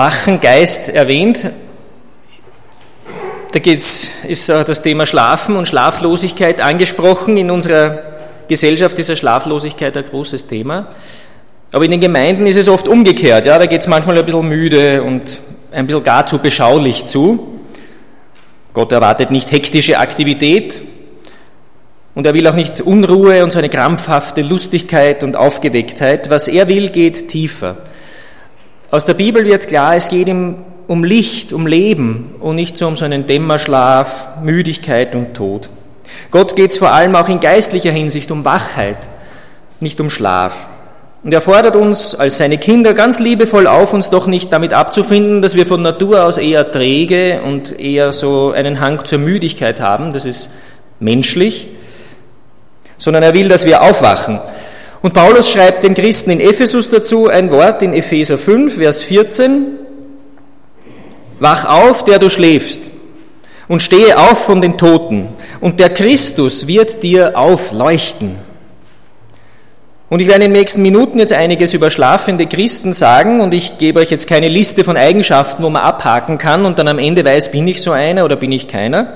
wachen Geist erwähnt. Da ist das Thema Schlafen und Schlaflosigkeit angesprochen. In unserer Gesellschaft ist ja Schlaflosigkeit ein großes Thema. Aber in den Gemeinden ist es oft umgekehrt. Ja, da geht es manchmal ein bisschen müde und ein bisschen gar zu beschaulich zu. Gott erwartet nicht hektische Aktivität und er will auch nicht Unruhe und so eine krampfhafte Lustigkeit und Aufgewecktheit. Was er will, geht tiefer. Aus der Bibel wird klar, es geht ihm um Licht, um Leben und nicht so um so einen Dämmerschlaf, Müdigkeit und Tod. Gott geht es vor allem auch in geistlicher Hinsicht um Wachheit, nicht um Schlaf. Und er fordert uns als seine Kinder ganz liebevoll auf, uns doch nicht damit abzufinden, dass wir von Natur aus eher träge und eher so einen Hang zur Müdigkeit haben, das ist menschlich, sondern er will, dass wir aufwachen. Und Paulus schreibt den Christen in Ephesus dazu ein Wort in Epheser 5, Vers 14. Wach auf, der du schläfst, und stehe auf von den Toten, und der Christus wird dir aufleuchten. Und ich werde in den nächsten Minuten jetzt einiges über schlafende Christen sagen, und ich gebe euch jetzt keine Liste von Eigenschaften, wo man abhaken kann und dann am Ende weiß, bin ich so einer oder bin ich keiner.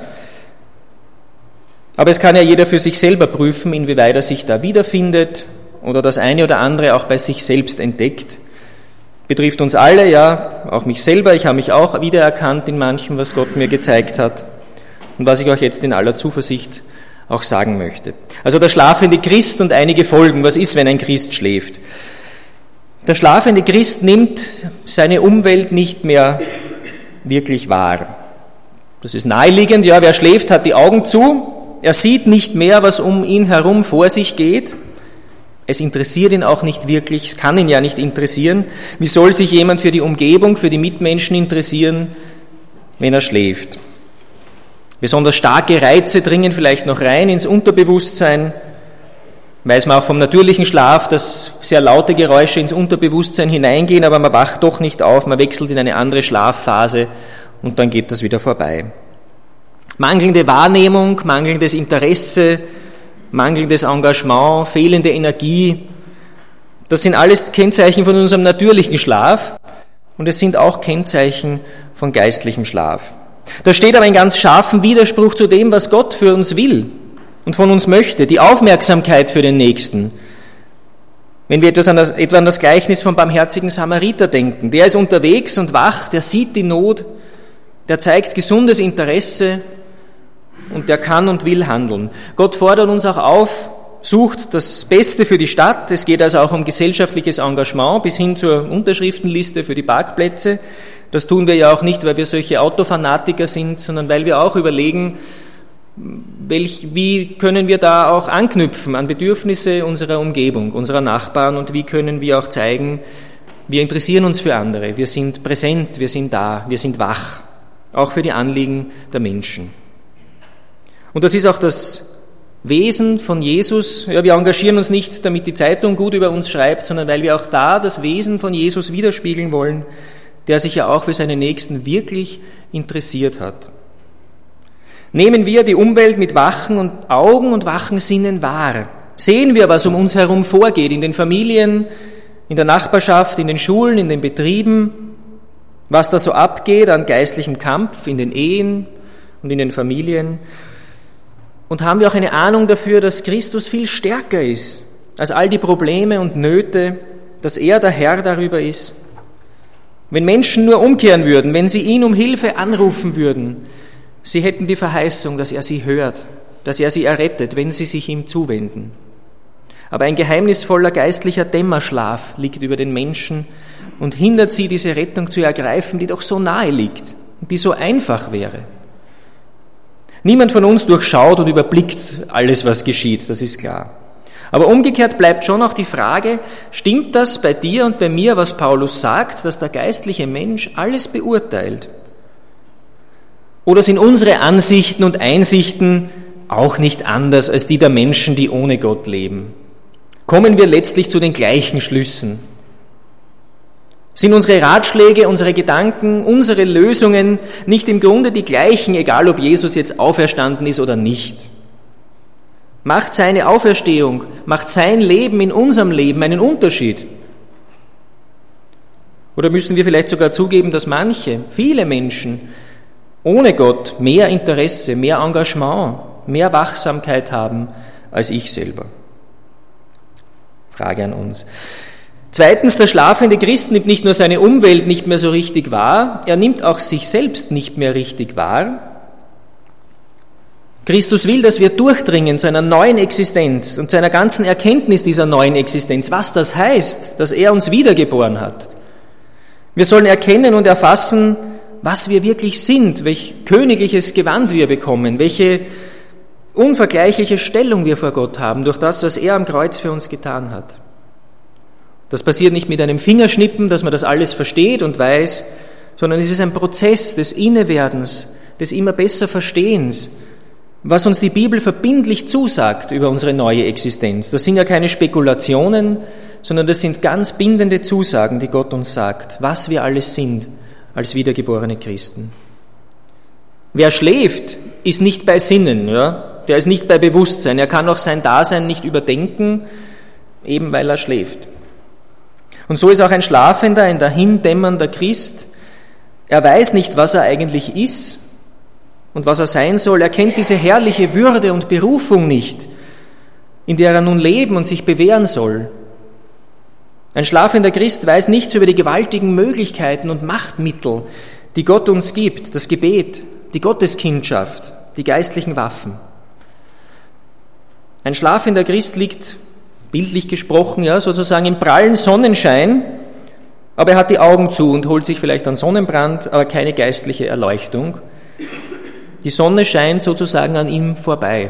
Aber es kann ja jeder für sich selber prüfen, inwieweit er sich da wiederfindet oder das eine oder andere auch bei sich selbst entdeckt. Betrifft uns alle, ja, auch mich selber. Ich habe mich auch wiedererkannt in manchem, was Gott mir gezeigt hat und was ich euch jetzt in aller Zuversicht auch sagen möchte. Also der schlafende Christ und einige Folgen. Was ist, wenn ein Christ schläft? Der schlafende Christ nimmt seine Umwelt nicht mehr wirklich wahr. Das ist naheliegend, ja, wer schläft, hat die Augen zu. Er sieht nicht mehr, was um ihn herum vor sich geht. Es interessiert ihn auch nicht wirklich, es kann ihn ja nicht interessieren. Wie soll sich jemand für die Umgebung, für die Mitmenschen interessieren, wenn er schläft? Besonders starke Reize dringen vielleicht noch rein ins Unterbewusstsein. Weiß man auch vom natürlichen Schlaf, dass sehr laute Geräusche ins Unterbewusstsein hineingehen, aber man wacht doch nicht auf, man wechselt in eine andere Schlafphase und dann geht das wieder vorbei. Mangelnde Wahrnehmung, mangelndes Interesse, mangelndes Engagement, fehlende Energie, das sind alles Kennzeichen von unserem natürlichen Schlaf und es sind auch Kennzeichen von geistlichem Schlaf. Da steht aber in ganz scharfem Widerspruch zu dem, was Gott für uns will und von uns möchte, die Aufmerksamkeit für den Nächsten. Wenn wir etwa an das Gleichnis vom barmherzigen Samariter denken, der ist unterwegs und wach, der sieht die Not, der zeigt gesundes Interesse und der kann und will handeln. Gott fordert uns auch auf, sucht das Beste für die Stadt. Es geht also auch um gesellschaftliches Engagement bis hin zur Unterschriftenliste für die Parkplätze. Das tun wir ja auch nicht, weil wir solche Autofanatiker sind, sondern weil wir auch überlegen, wie können wir da auch anknüpfen an Bedürfnisse unserer Umgebung, unserer Nachbarn und wie können wir auch zeigen, wir interessieren uns für andere, wir sind präsent, wir sind da, wir sind wach, auch für die Anliegen der Menschen. Und das ist auch das Wesen von Jesus. Ja, wir engagieren uns nicht, damit die Zeitung gut über uns schreibt, sondern weil wir auch da das Wesen von Jesus widerspiegeln wollen, der sich ja auch für seine Nächsten wirklich interessiert hat. Nehmen wir die Umwelt mit wachen Augen und wachen Sinnen wahr. Sehen wir, was um uns herum vorgeht, in den Familien, in der Nachbarschaft, in den Schulen, in den Betrieben, was da so abgeht an geistlichem Kampf, in den Ehen und in den Familien. Und haben wir auch eine Ahnung dafür, dass Christus viel stärker ist als all die Probleme und Nöte, dass er der Herr darüber ist. Wenn Menschen nur umkehren würden, wenn sie ihn um Hilfe anrufen würden, sie hätten die Verheißung, dass er sie hört, dass er sie errettet, wenn sie sich ihm zuwenden. Aber ein geheimnisvoller geistlicher Dämmerschlaf liegt über den Menschen und hindert sie, diese Rettung zu ergreifen, die doch so nahe liegt und die so einfach wäre. Niemand von uns durchschaut und überblickt alles, was geschieht, das ist klar. Aber umgekehrt bleibt schon auch die Frage, stimmt das bei dir und bei mir, was Paulus sagt, dass der geistliche Mensch alles beurteilt? Oder sind unsere Ansichten und Einsichten auch nicht anders als die der Menschen, die ohne Gott leben? Kommen wir letztlich zu den gleichen Schlüssen? Sind unsere Ratschläge, unsere Gedanken, unsere Lösungen nicht im Grunde die gleichen, egal ob Jesus jetzt auferstanden ist oder nicht? Macht seine Auferstehung, macht sein Leben in unserem Leben einen Unterschied? Oder müssen wir vielleicht sogar zugeben, dass viele Menschen ohne Gott mehr Interesse, mehr Engagement, mehr Wachsamkeit haben als ich selber? Frage an uns. Zweitens, der schlafende Christ nimmt nicht nur seine Umwelt nicht mehr so richtig wahr, er nimmt auch sich selbst nicht mehr richtig wahr. Christus will, dass wir durchdringen zu einer neuen Existenz und zu einer ganzen Erkenntnis dieser neuen Existenz, was das heißt, dass er uns wiedergeboren hat. Wir sollen erkennen und erfassen, was wir wirklich sind, welch königliches Gewand wir bekommen, welche unvergleichliche Stellung wir vor Gott haben durch das, was er am Kreuz für uns getan hat. Das passiert nicht mit einem Fingerschnippen, dass man das alles versteht und weiß, sondern es ist ein Prozess des Innewerdens, des immer besser Verstehens, was uns die Bibel verbindlich zusagt über unsere neue Existenz. Das sind ja keine Spekulationen, sondern das sind ganz bindende Zusagen, die Gott uns sagt, was wir alles sind als wiedergeborene Christen. Wer schläft, ist nicht bei Sinnen, ja? Der ist nicht bei Bewusstsein. Er kann auch sein Dasein nicht überdenken, eben weil er schläft. Und so ist auch ein Schlafender, ein dahindämmernder Christ. Er weiß nicht, was er eigentlich ist und was er sein soll. Er kennt diese herrliche Würde und Berufung nicht, in der er nun leben und sich bewähren soll. Ein schlafender Christ weiß nichts über die gewaltigen Möglichkeiten und Machtmittel, die Gott uns gibt, das Gebet, die Gotteskindschaft, die geistlichen Waffen. Ein schlafender Christ liegt, bildlich gesprochen, ja, sozusagen im prallen Sonnenschein, aber er hat die Augen zu und holt sich vielleicht einen Sonnenbrand, aber keine geistliche Erleuchtung. Die Sonne scheint sozusagen an ihm vorbei.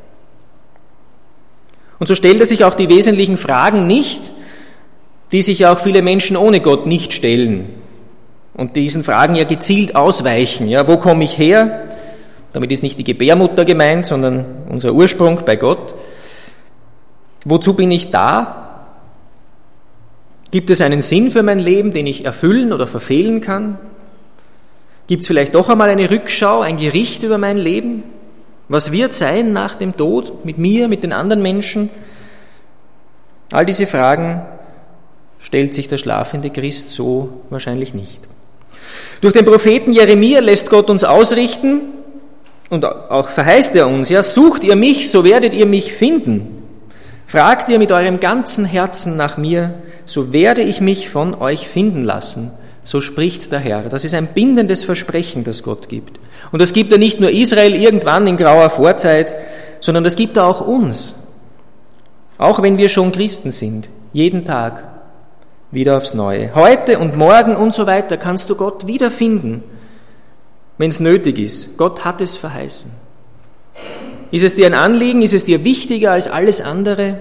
Und so stellt er sich auch die wesentlichen Fragen nicht, die sich ja auch viele Menschen ohne Gott nicht stellen und diesen Fragen ja gezielt ausweichen. Ja, wo komme ich her? Damit ist nicht die Gebärmutter gemeint, sondern unser Ursprung bei Gott. Wozu bin ich da? Gibt es einen Sinn für mein Leben, den ich erfüllen oder verfehlen kann? Gibt es vielleicht doch einmal eine Rückschau, ein Gericht über mein Leben? Was wird sein nach dem Tod mit mir, mit den anderen Menschen? All diese Fragen stellt sich der schlafende Christ so wahrscheinlich nicht. Durch den Propheten Jeremia lässt Gott uns ausrichten und auch verheißt er uns, ja, sucht ihr mich, so werdet ihr mich finden. Fragt ihr mit eurem ganzen Herzen nach mir, so werde ich mich von euch finden lassen. So spricht der Herr. Das ist ein bindendes Versprechen, das Gott gibt. Und das gibt er nicht nur Israel irgendwann in grauer Vorzeit, sondern das gibt er auch uns. Auch wenn wir schon Christen sind, jeden Tag wieder aufs Neue. Heute und morgen und so weiter kannst du Gott wiederfinden, wenn es nötig ist. Gott hat es verheißen. Ist es dir ein Anliegen, ist es dir wichtiger als alles andere,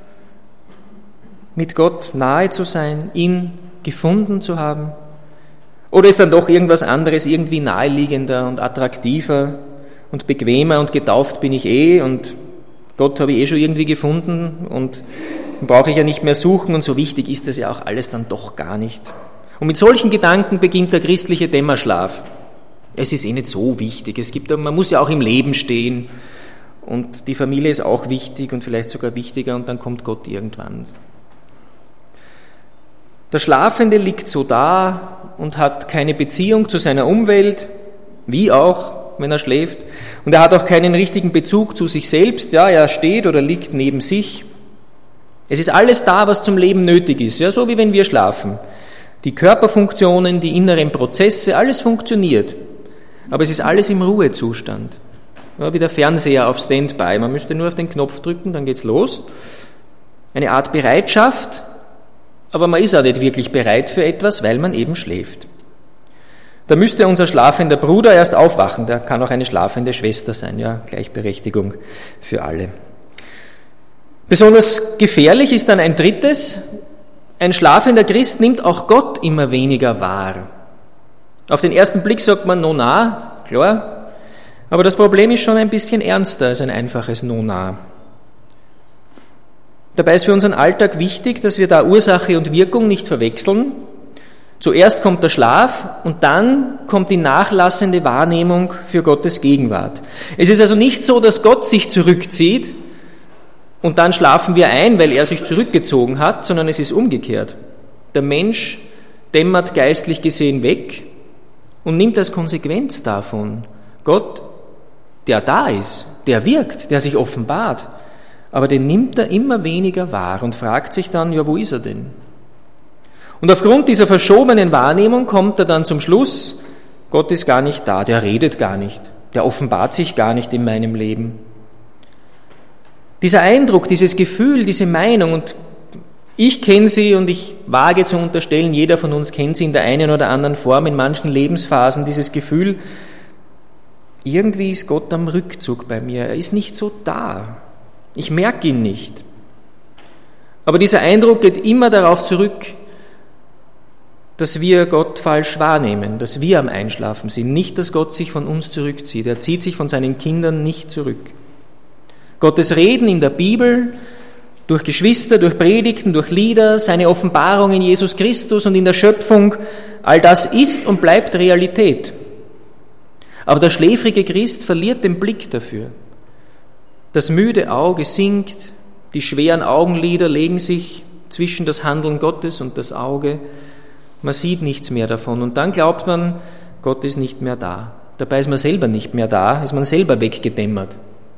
mit Gott nahe zu sein, ihn gefunden zu haben? Oder ist dann doch irgendwas anderes irgendwie naheliegender und attraktiver und bequemer und getauft bin ich und Gott habe ich schon irgendwie gefunden und brauche ich ja nicht mehr suchen und so wichtig ist das ja auch alles dann doch gar nicht. Und mit solchen Gedanken beginnt der christliche Dämmerschlaf. Es ist nicht so wichtig. Man muss ja auch im Leben stehen und die Familie ist auch wichtig und vielleicht sogar wichtiger und dann kommt Gott irgendwann. Der Schlafende liegt so da und hat keine Beziehung zu seiner Umwelt, wie auch, wenn er schläft. Und er hat auch keinen richtigen Bezug zu sich selbst. Ja, er steht oder liegt neben sich. Es ist alles da, was zum Leben nötig ist, ja, so wie wenn wir schlafen. Die Körperfunktionen, die inneren Prozesse, alles funktioniert. Aber es ist alles im Ruhezustand. Ja, wie der Fernseher auf Standby. Man müsste nur auf den Knopf drücken, dann geht's los. Eine Art Bereitschaft, aber man ist auch nicht wirklich bereit für etwas, weil man eben schläft. Da müsste unser schlafender Bruder erst aufwachen. Der kann auch eine schlafende Schwester sein. Ja, Gleichberechtigung für alle. Besonders gefährlich ist dann ein drittes. Ein schlafender Christ nimmt auch Gott immer weniger wahr. Auf den ersten Blick sagt man Nona, klar. Aber das Problem ist schon ein bisschen ernster als ein einfaches Nona. Dabei ist für unseren Alltag wichtig, dass wir da Ursache und Wirkung nicht verwechseln. Zuerst kommt der Schlaf und dann kommt die nachlassende Wahrnehmung für Gottes Gegenwart. Es ist also nicht so, dass Gott sich zurückzieht und dann schlafen wir ein, weil er sich zurückgezogen hat, sondern es ist umgekehrt. Der Mensch dämmert geistlich gesehen weg und nimmt als Konsequenz davon Gott, der da ist, der wirkt, der sich offenbart, aber den nimmt er immer weniger wahr und fragt sich dann, ja, wo ist er denn? Und aufgrund dieser verschobenen Wahrnehmung kommt er dann zum Schluss, Gott ist gar nicht da, der redet gar nicht, der offenbart sich gar nicht in meinem Leben. Dieser Eindruck, dieses Gefühl, diese Meinung, und ich kenne sie und ich wage zu unterstellen, jeder von uns kennt sie in der einen oder anderen Form, in manchen Lebensphasen, dieses Gefühl, irgendwie ist Gott am Rückzug bei mir, er ist nicht so da, ich merke ihn nicht. Aber dieser Eindruck geht immer darauf zurück, dass wir Gott falsch wahrnehmen, dass wir am Einschlafen sind, nicht, dass Gott sich von uns zurückzieht. Er zieht sich von seinen Kindern nicht zurück. Gottes Reden in der Bibel, durch Geschwister, durch Predigten, durch Lieder, seine Offenbarung in Jesus Christus und in der Schöpfung, all das ist und bleibt Realität. Aber der schläfrige Christ verliert den Blick dafür. Das müde Auge sinkt, die schweren Augenlider legen sich zwischen das Handeln Gottes und das Auge. Man sieht nichts mehr davon und dann glaubt man, Gott ist nicht mehr da. Dabei ist man selber nicht mehr da, ist man selber weggedämmert.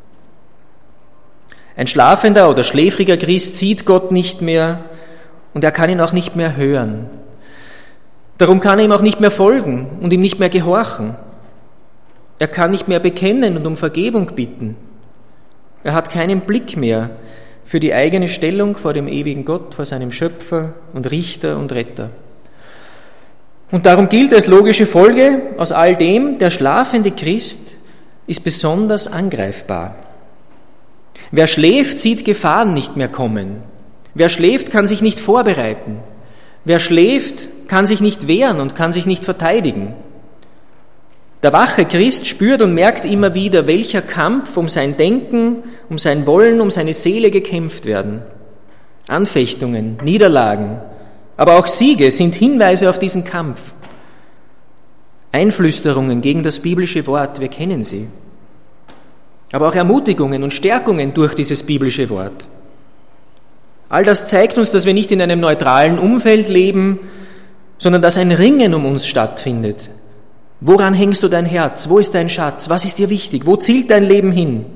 Ein schlafender oder schläfriger Christ sieht Gott nicht mehr und er kann ihn auch nicht mehr hören. Darum kann er ihm auch nicht mehr folgen und ihm nicht mehr gehorchen. Er kann nicht mehr bekennen und um Vergebung bitten. Er hat keinen Blick mehr für die eigene Stellung vor dem ewigen Gott, vor seinem Schöpfer und Richter und Retter. Und darum gilt als logische Folge aus all dem, der schlafende Christ ist besonders angreifbar. Wer schläft, sieht Gefahren nicht mehr kommen. Wer schläft, kann sich nicht vorbereiten. Wer schläft, kann sich nicht wehren und kann sich nicht verteidigen. Der wache Christ spürt und merkt immer wieder, welcher Kampf um sein Denken, um sein Wollen, um seine Seele gekämpft werden. Anfechtungen, Niederlagen, aber auch Siege sind Hinweise auf diesen Kampf. Einflüsterungen gegen das biblische Wort, wir kennen sie. Aber auch Ermutigungen und Stärkungen durch dieses biblische Wort. All das zeigt uns, dass wir nicht in einem neutralen Umfeld leben, sondern dass ein Ringen um uns stattfindet. Woran hängst du dein Herz? Wo ist dein Schatz? Was ist dir wichtig? Wo zielt dein Leben hin?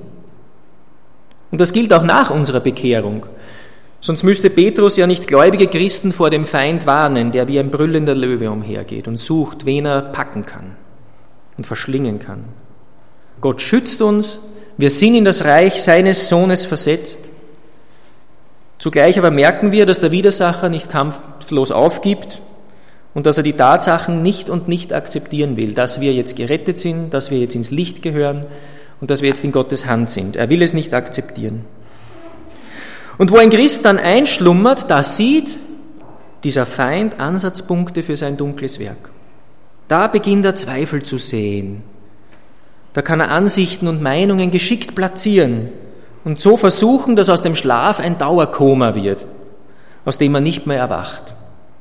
Und das gilt auch nach unserer Bekehrung. Sonst müsste Petrus ja nicht gläubige Christen vor dem Feind warnen, der wie ein brüllender Löwe umhergeht und sucht, wen er packen kann und verschlingen kann. Gott schützt uns, wir sind in das Reich seines Sohnes versetzt. Zugleich aber merken wir, dass der Widersacher nicht kampflos aufgibt und dass er die Tatsachen nicht akzeptieren will, dass wir jetzt gerettet sind, dass wir jetzt ins Licht gehören und dass wir jetzt in Gottes Hand sind. Er will es nicht akzeptieren. Und wo ein Christ dann einschlummert, da sieht dieser Feind Ansatzpunkte für sein dunkles Werk. Da beginnt er Zweifel zu sehen. Da kann er Ansichten und Meinungen geschickt platzieren und so versuchen, dass aus dem Schlaf ein Dauerkoma wird, aus dem er nicht mehr erwacht.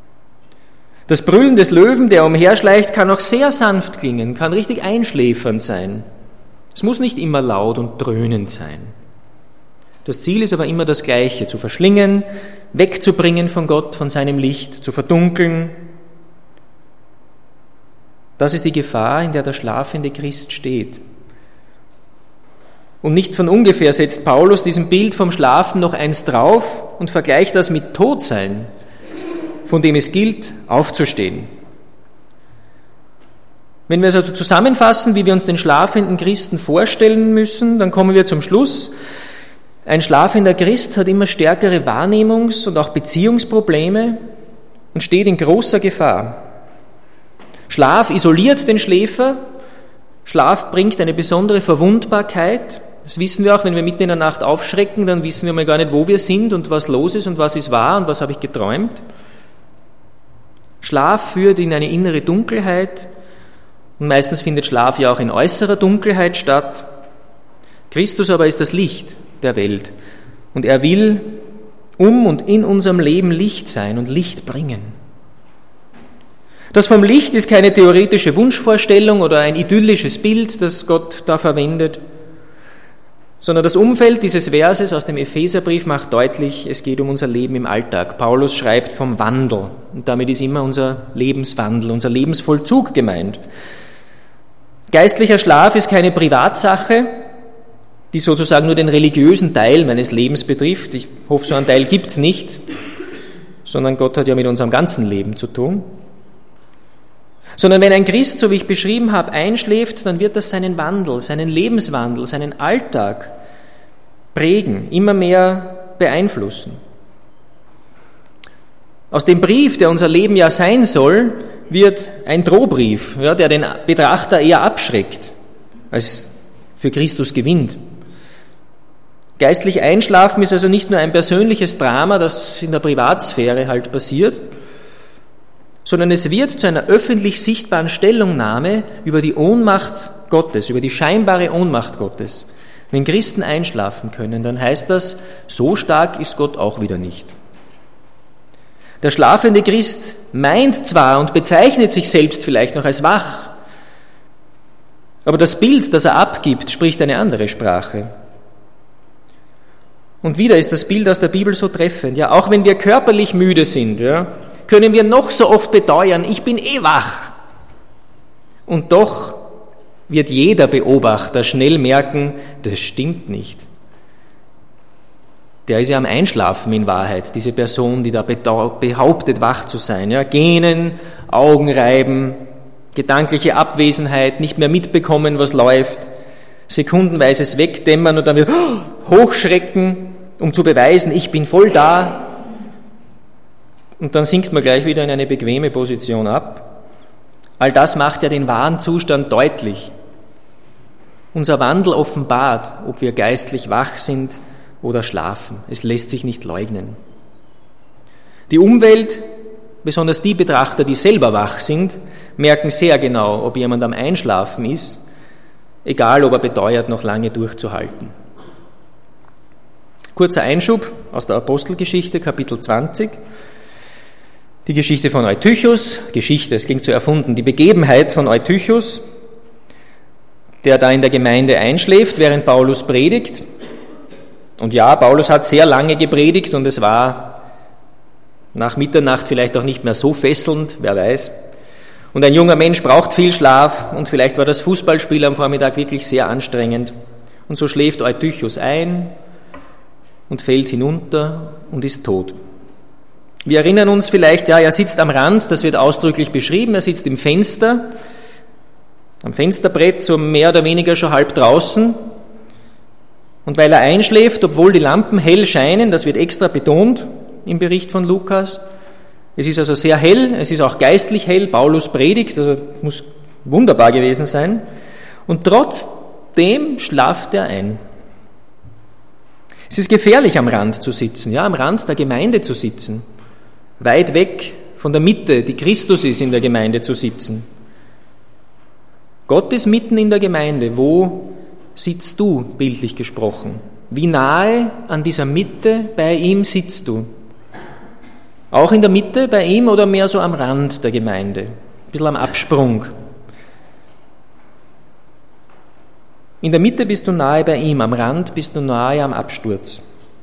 Das Brüllen des Löwen, der umherschleicht, kann auch sehr sanft klingen, kann richtig einschläfernd sein. Es muss nicht immer laut und dröhnend sein. Das Ziel ist aber immer das Gleiche, zu verschlingen, wegzubringen von Gott, von seinem Licht, zu verdunkeln. Das ist die Gefahr, in der der schlafende Christ steht. Und nicht von ungefähr setzt Paulus diesem Bild vom Schlafen noch eins drauf und vergleicht das mit Todsein, von dem es gilt, aufzustehen. Wenn wir es also zusammenfassen, wie wir uns den schlafenden Christen vorstellen müssen, dann kommen wir zum Schluss. Ein schlafender Christ hat immer stärkere Wahrnehmungs- und auch Beziehungsprobleme und steht in großer Gefahr. Schlaf isoliert den Schläfer, Schlaf bringt eine besondere Verwundbarkeit. Das wissen wir auch, wenn wir mitten in der Nacht aufschrecken, dann wissen wir mal gar nicht, wo wir sind und was los ist und was ist wahr und was habe ich geträumt. Schlaf führt in eine innere Dunkelheit und meistens findet Schlaf ja auch in äußerer Dunkelheit statt. Christus aber ist das Licht der Welt und er will und in unserem Leben Licht sein und Licht bringen. Das vom Licht ist keine theoretische Wunschvorstellung oder ein idyllisches Bild, das Gott da verwendet. sondern das Umfeld dieses Verses aus dem Epheserbrief macht deutlich, es geht um unser Leben im Alltag. Paulus schreibt vom Wandel und damit ist immer unser Lebenswandel, unser Lebensvollzug gemeint. Geistlicher Schlaf ist keine Privatsache, die sozusagen nur den religiösen Teil meines Lebens betrifft. Ich hoffe, so einen Teil gibt es nicht, sondern Gott hat ja mit unserem ganzen Leben zu tun. Sondern wenn ein Christ, so wie ich beschrieben habe, einschläft, dann wird das seinen Wandel, seinen Lebenswandel, seinen Alltag prägen, immer mehr beeinflussen. Aus dem Brief, der unser Leben ja sein soll, wird ein Drohbrief, ja, der den Betrachter eher abschreckt, als für Christus gewinnt. Geistlich einschlafen ist also nicht nur ein persönliches Drama, das in der Privatsphäre halt passiert, sondern es wird zu einer öffentlich sichtbaren Stellungnahme über die Ohnmacht Gottes, über die scheinbare Ohnmacht Gottes. Wenn Christen einschlafen können, dann heißt das, so stark ist Gott auch wieder nicht. Der schlafende Christ meint zwar und bezeichnet sich selbst vielleicht noch als wach, aber das Bild, das er abgibt, spricht eine andere Sprache. Und wieder ist das Bild aus der Bibel so treffend. Ja, auch wenn wir körperlich müde sind, ja, können wir noch so oft beteuern, ich bin wach. Und doch wird jeder Beobachter schnell merken, das stimmt nicht. Der ist ja am Einschlafen in Wahrheit, diese Person, die da behauptet, wach zu sein. Ja, Gähnen, Augen reiben, gedankliche Abwesenheit, nicht mehr mitbekommen, was läuft, sekundenweises Wegdämmern und dann wieder hochschrecken, um zu beweisen, ich bin voll da. Und dann sinkt man gleich wieder in eine bequeme Position ab. All das macht ja den wahren Zustand deutlich. Unser Wandel offenbart, ob wir geistlich wach sind oder schlafen. Es lässt sich nicht leugnen. Die Umwelt, besonders die Betrachter, die selber wach sind, merken sehr genau, ob jemand am Einschlafen ist, egal ob er beteuert, noch lange durchzuhalten. Kurzer Einschub aus der Apostelgeschichte, Kapitel 20. Die Geschichte von Eutychus, es klingt so erfunden, die Begebenheit von Eutychus, der da in der Gemeinde einschläft, während Paulus predigt. Und ja, Paulus hat sehr lange gepredigt und es war nach Mitternacht vielleicht auch nicht mehr so fesselnd, wer weiß. Und ein junger Mensch braucht viel Schlaf und vielleicht war das Fußballspiel am Vormittag wirklich sehr anstrengend. Und so schläft Eutychus ein und fällt hinunter und ist tot. Wir erinnern uns vielleicht, ja, er sitzt am Rand, das wird ausdrücklich beschrieben, er sitzt im Fenster, am Fensterbrett, so mehr oder weniger schon halb draußen. Und weil er einschläft, obwohl die Lampen hell scheinen, das wird extra betont im Bericht von Lukas. Es ist also sehr hell, es ist auch geistlich hell, Paulus predigt, also muss wunderbar gewesen sein. Und trotzdem schlaft er ein. Es ist gefährlich, am Rand zu sitzen, ja, am Rand der Gemeinde zu sitzen. Weit weg von der Mitte, die Christus ist, in der Gemeinde zu sitzen. Gott ist mitten in der Gemeinde. Wo sitzt du, bildlich gesprochen? Wie nahe an dieser Mitte bei ihm sitzt du? Auch in der Mitte bei ihm oder mehr so am Rand der Gemeinde? Ein bisschen am Absprung. In der Mitte bist du nahe bei ihm, am Rand bist du nahe am Absturz.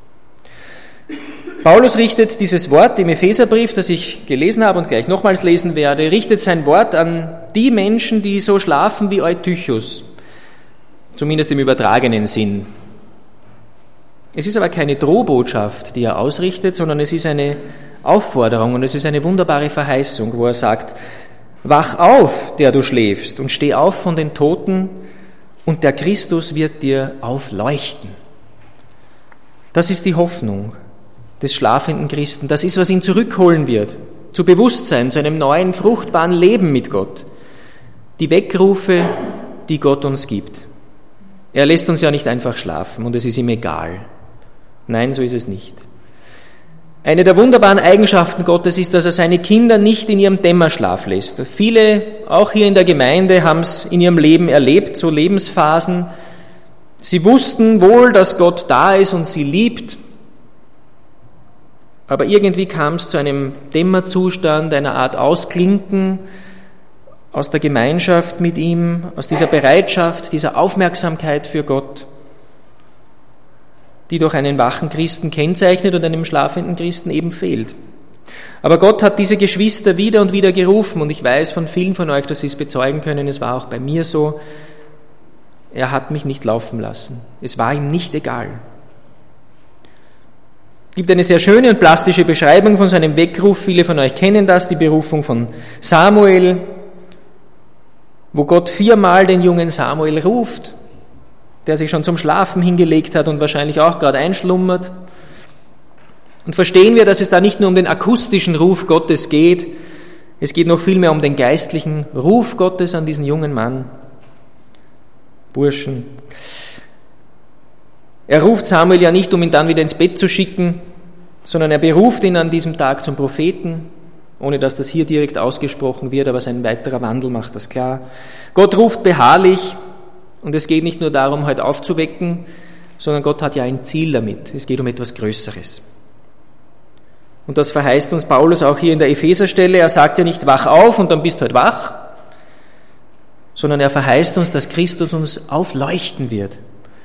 Paulus richtet dieses Wort im Epheserbrief, das ich gelesen habe und gleich nochmals lesen werde, richtet sein Wort an die Menschen, die so schlafen wie Eutychus, zumindest im übertragenen Sinn. Es ist aber keine Drohbotschaft, die er ausrichtet, sondern es ist eine Aufforderung und es ist eine wunderbare Verheißung, wo er sagt, wach auf, der du schläfst, und steh auf von den Toten, und der Christus wird dir aufleuchten. Das ist die Hoffnung des schlafenden Christen. Das ist, was ihn zurückholen wird, zu Bewusstsein, zu einem neuen, fruchtbaren Leben mit Gott. Die Weckrufe, die Gott uns gibt. Er lässt uns ja nicht einfach schlafen und es ist ihm egal. Nein, so ist es nicht. Eine der wunderbaren Eigenschaften Gottes ist, dass er seine Kinder nicht in ihrem Dämmerschlaf lässt. Viele, auch hier in der Gemeinde, haben es in ihrem Leben erlebt, so Lebensphasen. Sie wussten wohl, dass Gott da ist und sie liebt, aber irgendwie kam es zu einem Dämmerzustand, einer Art Ausklinken aus der Gemeinschaft mit ihm, aus dieser Bereitschaft, dieser Aufmerksamkeit für Gott. die doch einen wachen Christen kennzeichnet und einem schlafenden Christen eben fehlt. Aber Gott hat diese Geschwister wieder und wieder gerufen und ich weiß von vielen von euch, dass sie es bezeugen können, es war auch bei mir so, er hat mich nicht laufen lassen. Es war ihm nicht egal. Es gibt eine sehr schöne und plastische Beschreibung von seinem Weckruf. Viele von euch kennen das, die Berufung von Samuel, wo Gott 4-mal den jungen Samuel ruft, der sich schon zum Schlafen hingelegt hat und wahrscheinlich auch gerade einschlummert. Und verstehen wir, dass es da nicht nur um den akustischen Ruf Gottes geht, es geht noch vielmehr um den geistlichen Ruf Gottes an diesen jungen Mann, Burschen. Er ruft Samuel ja nicht, um ihn dann wieder ins Bett zu schicken, sondern er beruft ihn an diesem Tag zum Propheten, ohne dass das hier direkt ausgesprochen wird, aber sein weiterer Wandel macht das klar. Gott ruft beharrlich und es geht nicht nur darum, heute aufzuwecken, sondern Gott hat ja ein Ziel damit. Es geht um etwas Größeres. Und das verheißt uns Paulus auch hier in der Epheserstelle. Er sagt ja nicht, wach auf und dann bist du halt wach, sondern er verheißt uns, dass Christus uns aufleuchten wird.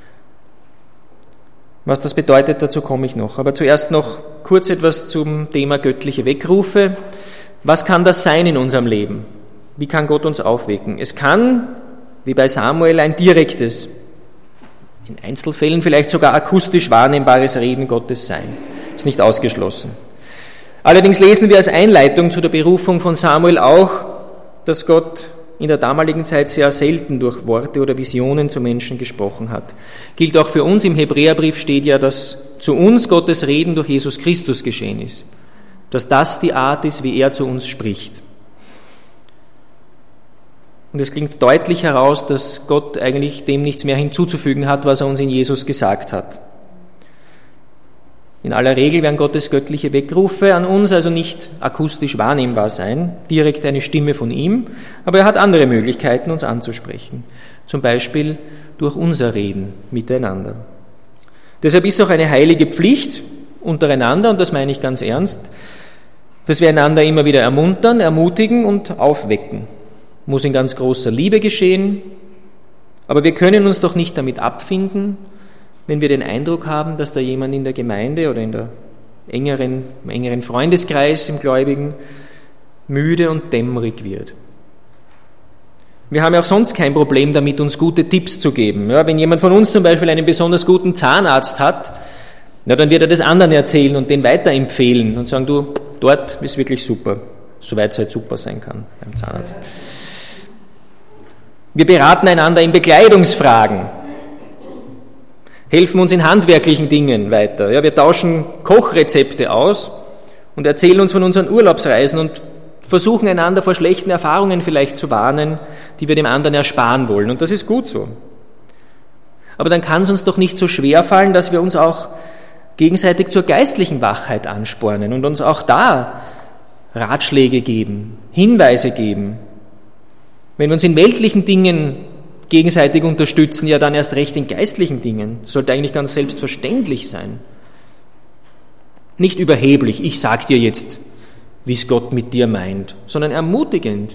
Was das bedeutet, dazu komme ich noch. Aber zuerst noch kurz etwas zum Thema göttliche Weckrufe. Was kann das sein in unserem Leben? Wie kann Gott uns aufwecken? Es kann, wie bei Samuel, ein direktes, in Einzelfällen vielleicht sogar akustisch wahrnehmbares Reden Gottes sein. Ist nicht ausgeschlossen. Allerdings lesen wir als Einleitung zu der Berufung von Samuel auch, dass Gott in der damaligen Zeit sehr selten durch Worte oder Visionen zu Menschen gesprochen hat. Gilt auch für uns, im Hebräerbrief steht ja, dass zu uns Gottes Reden durch Jesus Christus geschehen ist. Dass das die Art ist, wie er zu uns spricht. Und es klingt deutlich heraus, dass Gott eigentlich dem nichts mehr hinzuzufügen hat, was er uns in Jesus gesagt hat. In aller Regel werden Gottes göttliche Weckrufe an uns also nicht akustisch wahrnehmbar sein, direkt eine Stimme von ihm, aber er hat andere Möglichkeiten, uns anzusprechen, zum Beispiel durch unser Reden miteinander. Deshalb ist auch eine heilige Pflicht untereinander, und das meine ich ganz ernst, dass wir einander immer wieder ermuntern, ermutigen und aufwecken. Muss in ganz großer Liebe geschehen, aber wir können uns doch nicht damit abfinden, wenn wir den Eindruck haben, dass da jemand in der Gemeinde oder in der engeren Freundeskreis im Gläubigen müde und dämmerig wird. Wir haben ja auch sonst kein Problem damit, uns gute Tipps zu geben. Ja, wenn jemand von uns zum Beispiel einen besonders guten Zahnarzt hat, na, dann wird er das anderen erzählen und den weiterempfehlen und sagen, du, dort ist wirklich super, soweit es halt super sein kann beim Zahnarzt. Wir beraten einander in Bekleidungsfragen, helfen uns in handwerklichen Dingen weiter. Ja, wir tauschen Kochrezepte aus und erzählen uns von unseren Urlaubsreisen und versuchen einander vor schlechten Erfahrungen vielleicht zu warnen, die wir dem anderen ersparen wollen. Und das ist gut so. Aber dann kann es uns doch nicht so schwer fallen, dass wir uns auch gegenseitig zur geistlichen Wachheit anspornen und uns auch da Ratschläge geben, Hinweise geben. Wenn wir uns in weltlichen Dingen gegenseitig unterstützen, ja dann erst recht in geistlichen Dingen. Sollte eigentlich ganz selbstverständlich sein. Nicht überheblich, ich sag dir jetzt, wie es Gott mit dir meint, sondern ermutigend.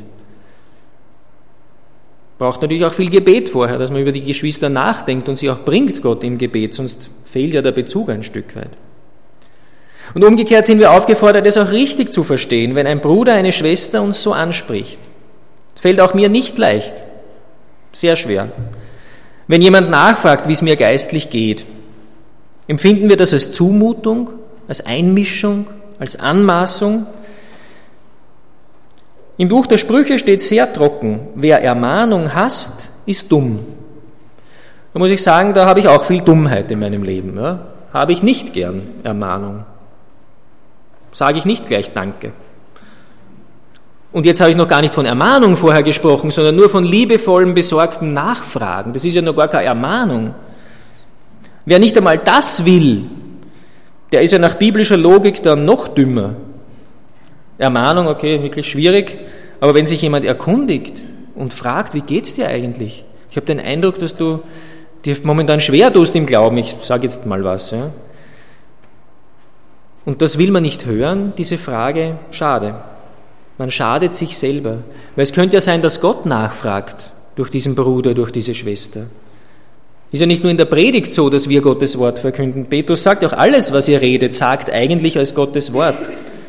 Braucht natürlich auch viel Gebet vorher, dass man über die Geschwister nachdenkt und sie auch bringt Gott im Gebet, sonst fehlt ja der Bezug ein Stück weit. Und umgekehrt sind wir aufgefordert, es auch richtig zu verstehen, wenn ein Bruder, eine Schwester uns so anspricht. Fällt auch mir nicht leicht. Sehr schwer. Wenn jemand nachfragt, wie es mir geistlich geht, empfinden wir das als Zumutung, als Einmischung, als Anmaßung? Im Buch der Sprüche steht sehr trocken, wer Ermahnung hasst, ist dumm. Da muss ich sagen, da habe ich auch viel Dummheit in meinem Leben. Ja? Habe ich nicht gern Ermahnung. Sage ich nicht gleich Danke. Und jetzt habe ich noch gar nicht von Ermahnung vorher gesprochen, sondern nur von liebevollem, besorgten Nachfragen. Das ist ja noch gar keine Ermahnung. Wer nicht einmal das will, der ist ja nach biblischer Logik dann noch dümmer. Ermahnung, okay, wirklich schwierig, aber wenn sich jemand erkundigt und fragt, wie geht's dir eigentlich? Ich habe den Eindruck, dass du dir momentan schwer tust im Glauben, ich sage jetzt mal was. Ja? Und das will man nicht hören, diese Frage, schade. Man schadet sich selber. Weil es könnte ja sein, dass Gott nachfragt durch diesen Bruder, durch diese Schwester. Ist ja nicht nur in der Predigt so, dass wir Gottes Wort verkünden. Petrus sagt auch, alles, was ihr redet, sagt eigentlich als Gottes Wort.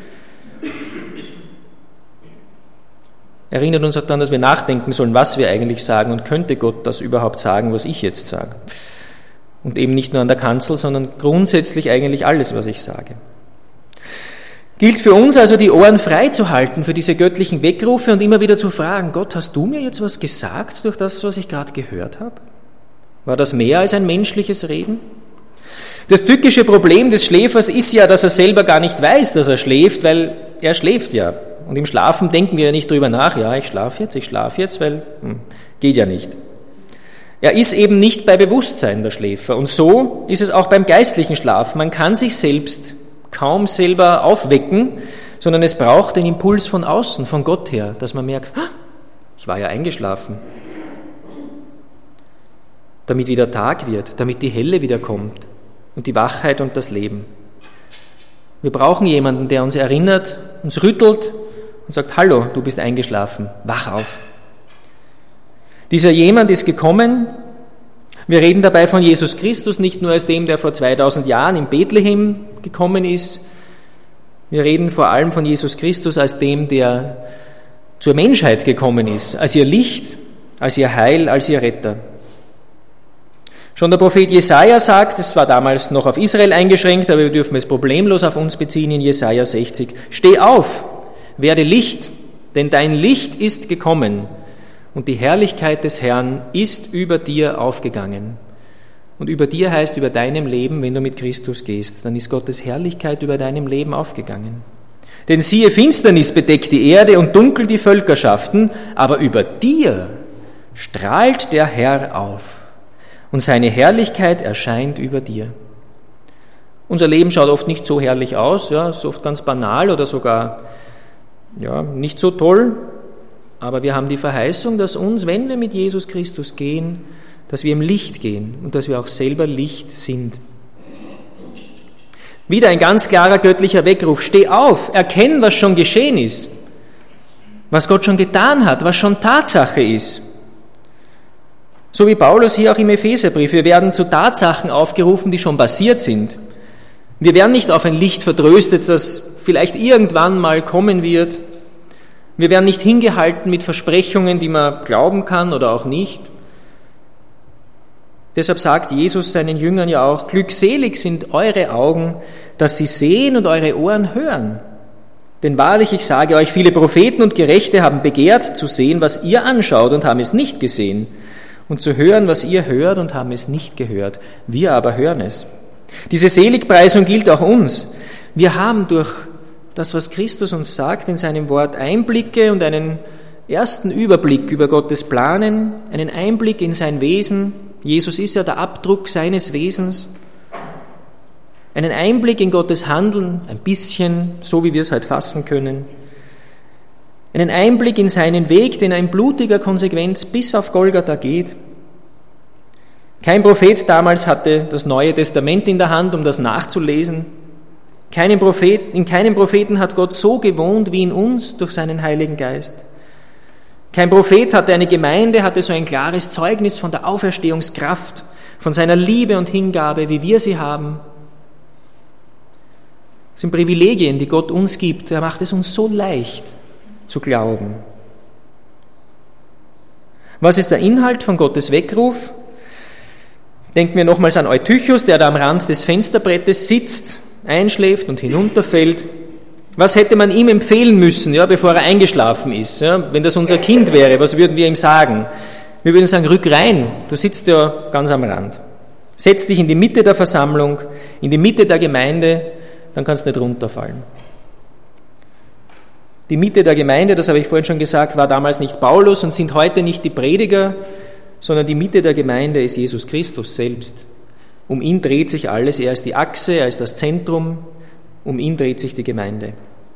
Erinnert uns auch daran, dass wir nachdenken sollen, was wir eigentlich sagen und könnte Gott das überhaupt sagen, was ich jetzt sage. Und eben nicht nur an der Kanzel, sondern grundsätzlich eigentlich alles, was ich sage. Gilt für uns also, die Ohren frei zu halten für diese göttlichen Weckrufe und immer wieder zu fragen, Gott, hast du mir jetzt was gesagt durch das, was ich gerade gehört habe? War das mehr als ein menschliches Reden? Das tückische Problem des Schläfers ist ja, dass er selber gar nicht weiß, dass er schläft, weil er schläft ja. Und im Schlafen denken wir ja nicht drüber nach, ja, ich schlafe jetzt, weil geht ja nicht. Er ist eben nicht bei Bewusstsein, der Schläfer. Und so ist es auch beim geistlichen Schlaf. Man kann sich selbst kaum selber aufwecken, sondern es braucht den Impuls von außen, von Gott her, dass man merkt, ich war ja eingeschlafen. Damit wieder Tag wird, damit die Helle wieder kommt und die Wachheit und das Leben. Wir brauchen jemanden, der uns erinnert, uns rüttelt und sagt, hallo, du bist eingeschlafen, wach auf. Dieser jemand ist gekommen. Wir reden dabei von Jesus Christus, nicht nur als dem, der vor 2000 Jahren in Bethlehem gekommen ist. Wir reden vor allem von Jesus Christus als dem, der zur Menschheit gekommen ist, als ihr Licht, als ihr Heil, als ihr Retter. Schon der Prophet Jesaja sagt, es war damals noch auf Israel eingeschränkt, aber wir dürfen es problemlos auf uns beziehen in Jesaja 60. Steh auf, werde Licht, denn dein Licht ist gekommen und die Herrlichkeit des Herrn ist über dir aufgegangen. Und über dir heißt über deinem Leben, wenn du mit Christus gehst, dann ist Gottes Herrlichkeit über deinem Leben aufgegangen. Denn siehe, Finsternis bedeckt die Erde und dunkel die Völkerschaften, aber über dir strahlt der Herr auf. Und seine Herrlichkeit erscheint über dir. Unser Leben schaut oft nicht so herrlich aus, ja, ist oft ganz banal oder sogar nicht so toll. Aber wir haben die Verheißung, dass uns, wenn wir mit Jesus Christus gehen, dass wir im Licht gehen und dass wir auch selber Licht sind. Wieder ein ganz klarer göttlicher Weckruf. Steh auf, erkenn, was schon geschehen ist, was Gott schon getan hat, was schon Tatsache ist. So wie Paulus hier auch im Epheserbrief. Wir werden zu Tatsachen aufgerufen, die schon passiert sind. Wir werden nicht auf ein Licht vertröstet, das vielleicht irgendwann mal kommen wird. Wir werden nicht hingehalten mit Versprechungen, die man glauben kann oder auch nicht. Deshalb sagt Jesus seinen Jüngern ja auch, glückselig sind eure Augen, dass sie sehen und eure Ohren hören. Denn wahrlich, ich sage euch, viele Propheten und Gerechte haben begehrt zu sehen, was ihr anschaut und haben es nicht gesehen. Und zu hören, was ihr hört und haben es nicht gehört. Wir aber hören es. Diese Seligpreisung gilt auch uns. Wir haben durch das, was Christus uns sagt in seinem Wort, Einblicke und einen ersten Überblick über Gottes Planen, einen Einblick in sein Wesen. Jesus ist ja der Abdruck seines Wesens. Einen Einblick in Gottes Handeln, ein bisschen, so wie wir es halt fassen können. Einen Einblick in seinen Weg, den er in blutiger Konsequenz bis auf Golgatha geht. Kein Prophet damals hatte das Neue Testament in der Hand, um das nachzulesen. In keinem Propheten hat Gott so gewohnt wie in uns durch seinen Heiligen Geist. Kein Prophet hatte eine Gemeinde, hatte so ein klares Zeugnis von der Auferstehungskraft, von seiner Liebe und Hingabe, wie wir sie haben. Das sind Privilegien, die Gott uns gibt. Er macht es uns so leicht zu glauben. Was ist der Inhalt von Gottes Weckruf? Denken wir nochmals an Eutychus, der da am Rand des Fensterbrettes sitzt, einschläft und hinunterfällt. Was hätte man ihm empfehlen müssen, bevor er eingeschlafen ist? Wenn das unser Kind wäre, was würden wir ihm sagen? Wir würden sagen, rück rein, du sitzt ja ganz am Rand. Setz dich in die Mitte der Versammlung, in die Mitte der Gemeinde, dann kannst du nicht runterfallen. Die Mitte der Gemeinde, das habe ich vorhin schon gesagt, war damals nicht Paulus und sind heute nicht die Prediger, sondern die Mitte der Gemeinde ist Jesus Christus selbst. Um ihn dreht sich alles, er ist die Achse, er ist das Zentrum, um ihn dreht sich die Gemeinde.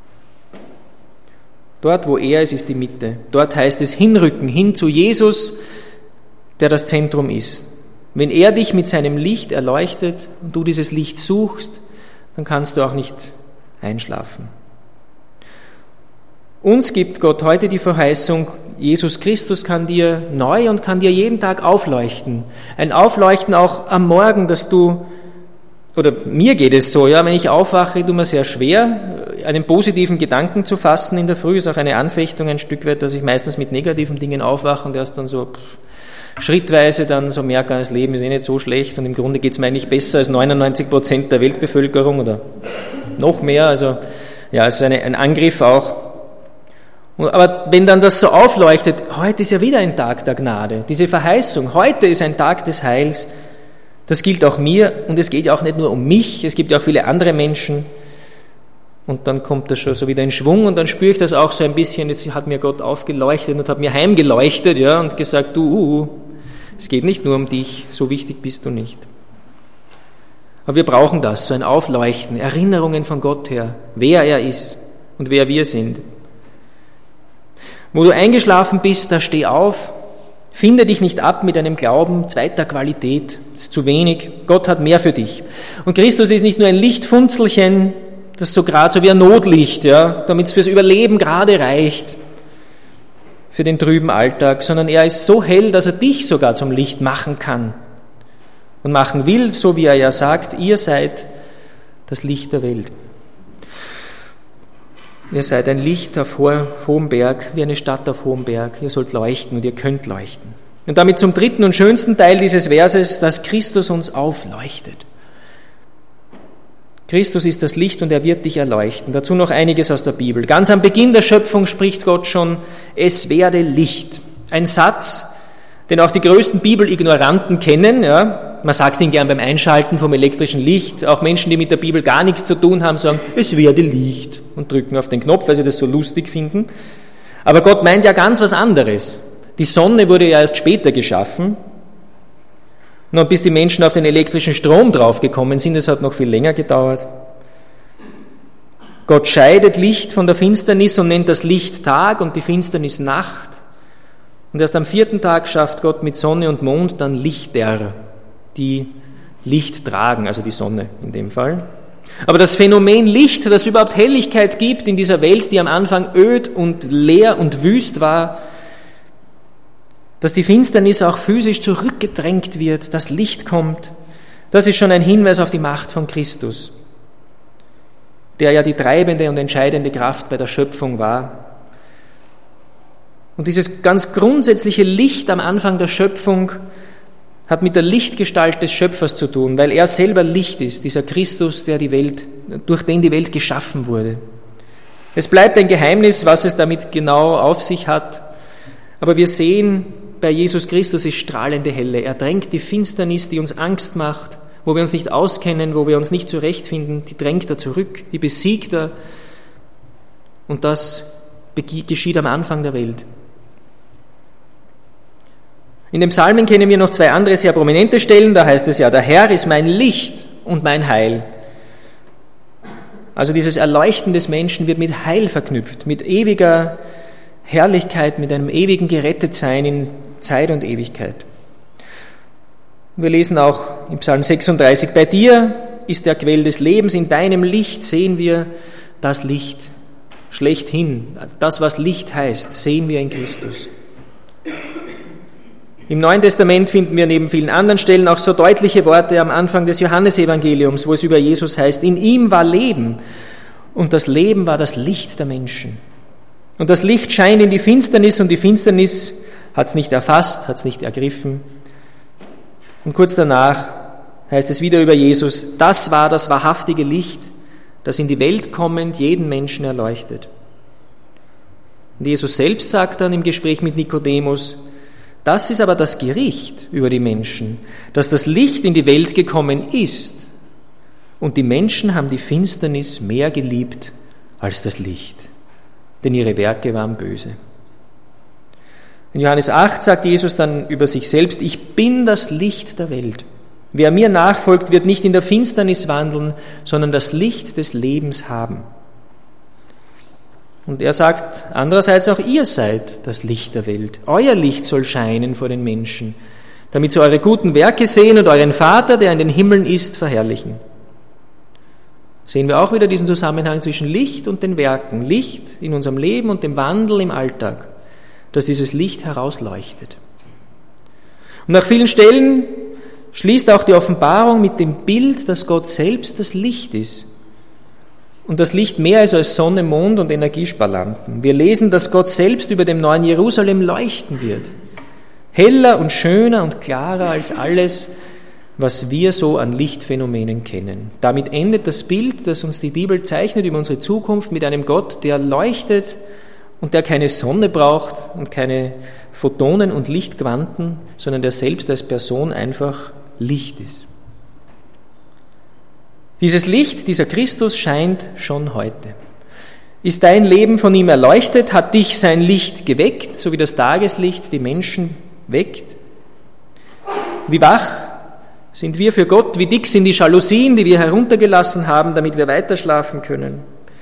Dort, wo er ist die Mitte. Dort heißt es hinrücken, hin zu Jesus, der das Zentrum ist. Wenn er dich mit seinem Licht erleuchtet und du dieses Licht suchst, dann kannst du auch nicht einschlafen. Uns gibt Gott heute die Verheißung, Jesus Christus kann dir neu und kann dir jeden Tag aufleuchten. Ein Aufleuchten auch am Morgen, dass du, oder mir geht es so, ja, wenn ich aufwache, tut mir sehr schwer, einen positiven Gedanken zu fassen in der Früh, ist auch eine Anfechtung ein Stück weit, dass ich meistens mit negativen Dingen aufwache und erst dann so schrittweise dann so merke, das Leben ist nicht so schlecht und im Grunde geht es mir eigentlich besser als 99% der Weltbevölkerung oder noch mehr, also ja, es ist ein Angriff auch. Aber wenn dann das so aufleuchtet, heute ist ja wieder ein Tag der Gnade, diese Verheißung, heute ist ein Tag des Heils, das gilt auch mir und es geht ja auch nicht nur um mich, es gibt ja auch viele andere Menschen und dann kommt das schon so wieder in Schwung und dann spüre ich das auch so ein bisschen, jetzt hat mir Gott aufgeleuchtet und hat mir heimgeleuchtet, ja, und gesagt, du, es geht nicht nur um dich, so wichtig bist du nicht. Aber wir brauchen das, so ein Aufleuchten, Erinnerungen von Gott her, wer er ist und wer wir sind. Wo du eingeschlafen bist, da steh auf, finde dich nicht ab mit einem Glauben zweiter Qualität, das ist zu wenig, Gott hat mehr für dich. Und Christus ist nicht nur ein Lichtfunzelchen, das so gerade so wie ein Notlicht, ja, damit es fürs Überleben gerade reicht, für den trüben Alltag, sondern er ist so hell, dass er dich sogar zum Licht machen kann und machen will, so wie er ja sagt, ihr seid das Licht der Welt. Ihr seid ein Licht auf hohem Berg, wie eine Stadt auf hohem Berg. Ihr sollt leuchten und ihr könnt leuchten. Und damit zum dritten und schönsten Teil dieses Verses, dass Christus uns aufleuchtet. Christus ist das Licht und er wird dich erleuchten. Dazu noch einiges aus der Bibel. Ganz am Beginn der Schöpfung spricht Gott schon, es werde Licht. Ein Satz, den auch die größten Bibelignoranten kennen, ja. Man sagt ihn gern beim Einschalten vom elektrischen Licht. Auch Menschen, die mit der Bibel gar nichts zu tun haben, sagen, es werde Licht und drücken auf den Knopf, weil sie das so lustig finden. Aber Gott meint ja ganz was anderes. Die Sonne wurde ja erst später geschaffen. Und bis die Menschen auf den elektrischen Strom draufgekommen sind, das hat noch viel länger gedauert. Gott scheidet Licht von der Finsternis und nennt das Licht Tag und die Finsternis Nacht. Und erst am 4. Tag schafft Gott mit Sonne und Mond dann Lichter, die Licht tragen, also die Sonne in dem Fall. Aber das Phänomen Licht, das überhaupt Helligkeit gibt in dieser Welt, die am Anfang öd und leer und wüst war, dass die Finsternis auch physisch zurückgedrängt wird, das Licht kommt, das ist schon ein Hinweis auf die Macht von Christus, der ja die treibende und entscheidende Kraft bei der Schöpfung war. Und dieses ganz grundsätzliche Licht am Anfang der Schöpfung hat mit der Lichtgestalt des Schöpfers zu tun, weil er selber Licht ist, dieser Christus, durch den die Welt geschaffen wurde. Es bleibt ein Geheimnis, was es damit genau auf sich hat, aber wir sehen, bei Jesus Christus ist strahlende Helle. Er drängt die Finsternis, die uns Angst macht, wo wir uns nicht auskennen, wo wir uns nicht zurechtfinden, die drängt er zurück, die besiegt er. Und das geschieht am Anfang der Welt. In den Psalmen kennen wir noch 2 andere sehr prominente Stellen, da heißt es ja, der Herr ist mein Licht und mein Heil. Also dieses Erleuchten des Menschen wird mit Heil verknüpft, mit ewiger Herrlichkeit, mit einem ewigen Gerettetsein in Zeit und Ewigkeit. Wir lesen auch im Psalm 36, bei dir ist der Quell des Lebens, in deinem Licht sehen wir das Licht schlechthin. Das, was Licht heißt, sehen wir in Christus. Im Neuen Testament finden wir neben vielen anderen Stellen auch so deutliche Worte am Anfang des Johannesevangeliums, wo es über Jesus heißt, in ihm war Leben und das Leben war das Licht der Menschen. Und das Licht scheint in die Finsternis und die Finsternis hat es nicht erfasst, hat es nicht ergriffen. Und kurz danach heißt es wieder über Jesus, das war das wahrhaftige Licht, das in die Welt kommend jeden Menschen erleuchtet. Und Jesus selbst sagt dann im Gespräch mit Nikodemus, das ist aber das Gericht über die Menschen, dass das Licht in die Welt gekommen ist und die Menschen haben die Finsternis mehr geliebt als das Licht, denn ihre Werke waren böse. In Johannes 8 sagt Jesus dann über sich selbst, ich bin das Licht der Welt. Wer mir nachfolgt, wird nicht in der Finsternis wandeln, sondern das Licht des Lebens haben. Und er sagt andererseits auch, ihr seid das Licht der Welt. Euer Licht soll scheinen vor den Menschen, damit sie eure guten Werke sehen und euren Vater, der in den Himmeln ist, verherrlichen. Sehen wir auch wieder diesen Zusammenhang zwischen Licht und den Werken, Licht in unserem Leben und dem Wandel im Alltag, dass dieses Licht herausleuchtet. Und nach vielen Stellen schließt auch die Offenbarung mit dem Bild, dass Gott selbst das Licht ist. Und das Licht mehr ist als Sonne, Mond und Energiesparlampen. Wir lesen, dass Gott selbst über dem neuen Jerusalem leuchten wird. Heller und schöner und klarer als alles, was wir so an Lichtphänomenen kennen. Damit endet das Bild, das uns die Bibel zeichnet über unsere Zukunft, mit einem Gott, der leuchtet und der keine Sonne braucht und keine Photonen und Lichtquanten, sondern der selbst als Person einfach Licht ist. Dieses Licht, dieser Christus scheint schon heute. Ist dein Leben von ihm erleuchtet? Hat dich sein Licht geweckt, so wie das Tageslicht die Menschen weckt? Wie wach sind wir für Gott? Wie dick sind die Jalousien, die wir heruntergelassen haben, damit wir weiter schlafen können?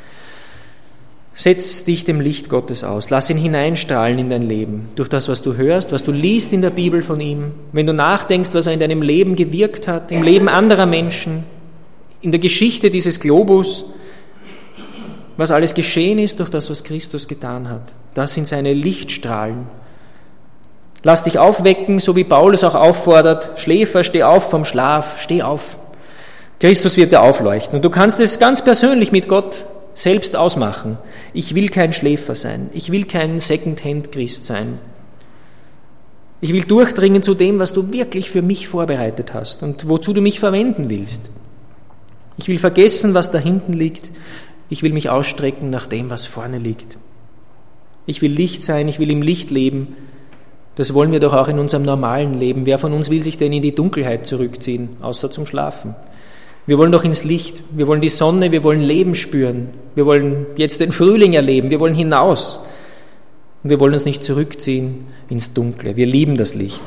Setz dich dem Licht Gottes aus. Lass ihn hineinstrahlen in dein Leben. Durch das, was du hörst, was du liest in der Bibel von ihm. Wenn du nachdenkst, was er in deinem Leben gewirkt hat, im Leben anderer Menschen, in der Geschichte dieses Globus, was alles geschehen ist durch das, was Christus getan hat. Das sind seine Lichtstrahlen. Lass dich aufwecken, so wie Paulus auch auffordert, Schläfer, steh auf vom Schlaf, steh auf. Christus wird dir aufleuchten. Und du kannst es ganz persönlich mit Gott selbst ausmachen. Ich will kein Schläfer sein. Ich will kein Second-Hand-Christ sein. Ich will durchdringen zu dem, was du wirklich für mich vorbereitet hast und wozu du mich verwenden willst. Ich will vergessen, was da hinten liegt. Ich will mich ausstrecken nach dem, was vorne liegt. Ich will Licht sein, ich will im Licht leben. Das wollen wir doch auch in unserem normalen Leben. Wer von uns will sich denn in die Dunkelheit zurückziehen, außer zum Schlafen? Wir wollen doch ins Licht. Wir wollen die Sonne, wir wollen Leben spüren. Wir wollen jetzt den Frühling erleben. Wir wollen hinaus. Und wir wollen uns nicht zurückziehen ins Dunkle. Wir lieben das Licht.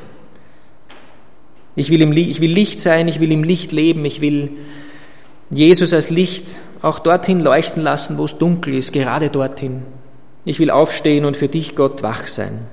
Ich will Licht sein, ich will im Licht leben, ich will Jesus als Licht auch dorthin leuchten lassen, wo es dunkel ist, gerade dorthin. Ich will aufstehen und für dich, Gott, wach sein.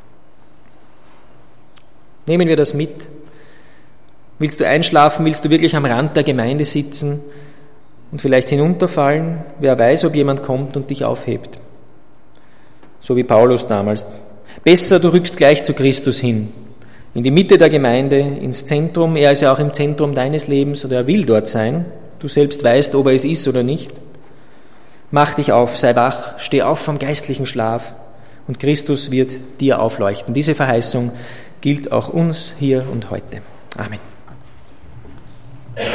Nehmen wir das mit. Willst du einschlafen? Willst du wirklich am Rand der Gemeinde sitzen und vielleicht hinunterfallen? Wer weiß, ob jemand kommt und dich aufhebt. So wie Paulus damals. Besser, du rückst gleich zu Christus hin. In die Mitte der Gemeinde, ins Zentrum. Er ist ja auch im Zentrum deines Lebens oder er will dort sein. Du selbst weißt, ob er es ist oder nicht. Mach dich auf, sei wach, steh auf vom geistlichen Schlaf und Christus wird dir aufleuchten. Diese Verheißung gilt auch uns hier und heute. Amen.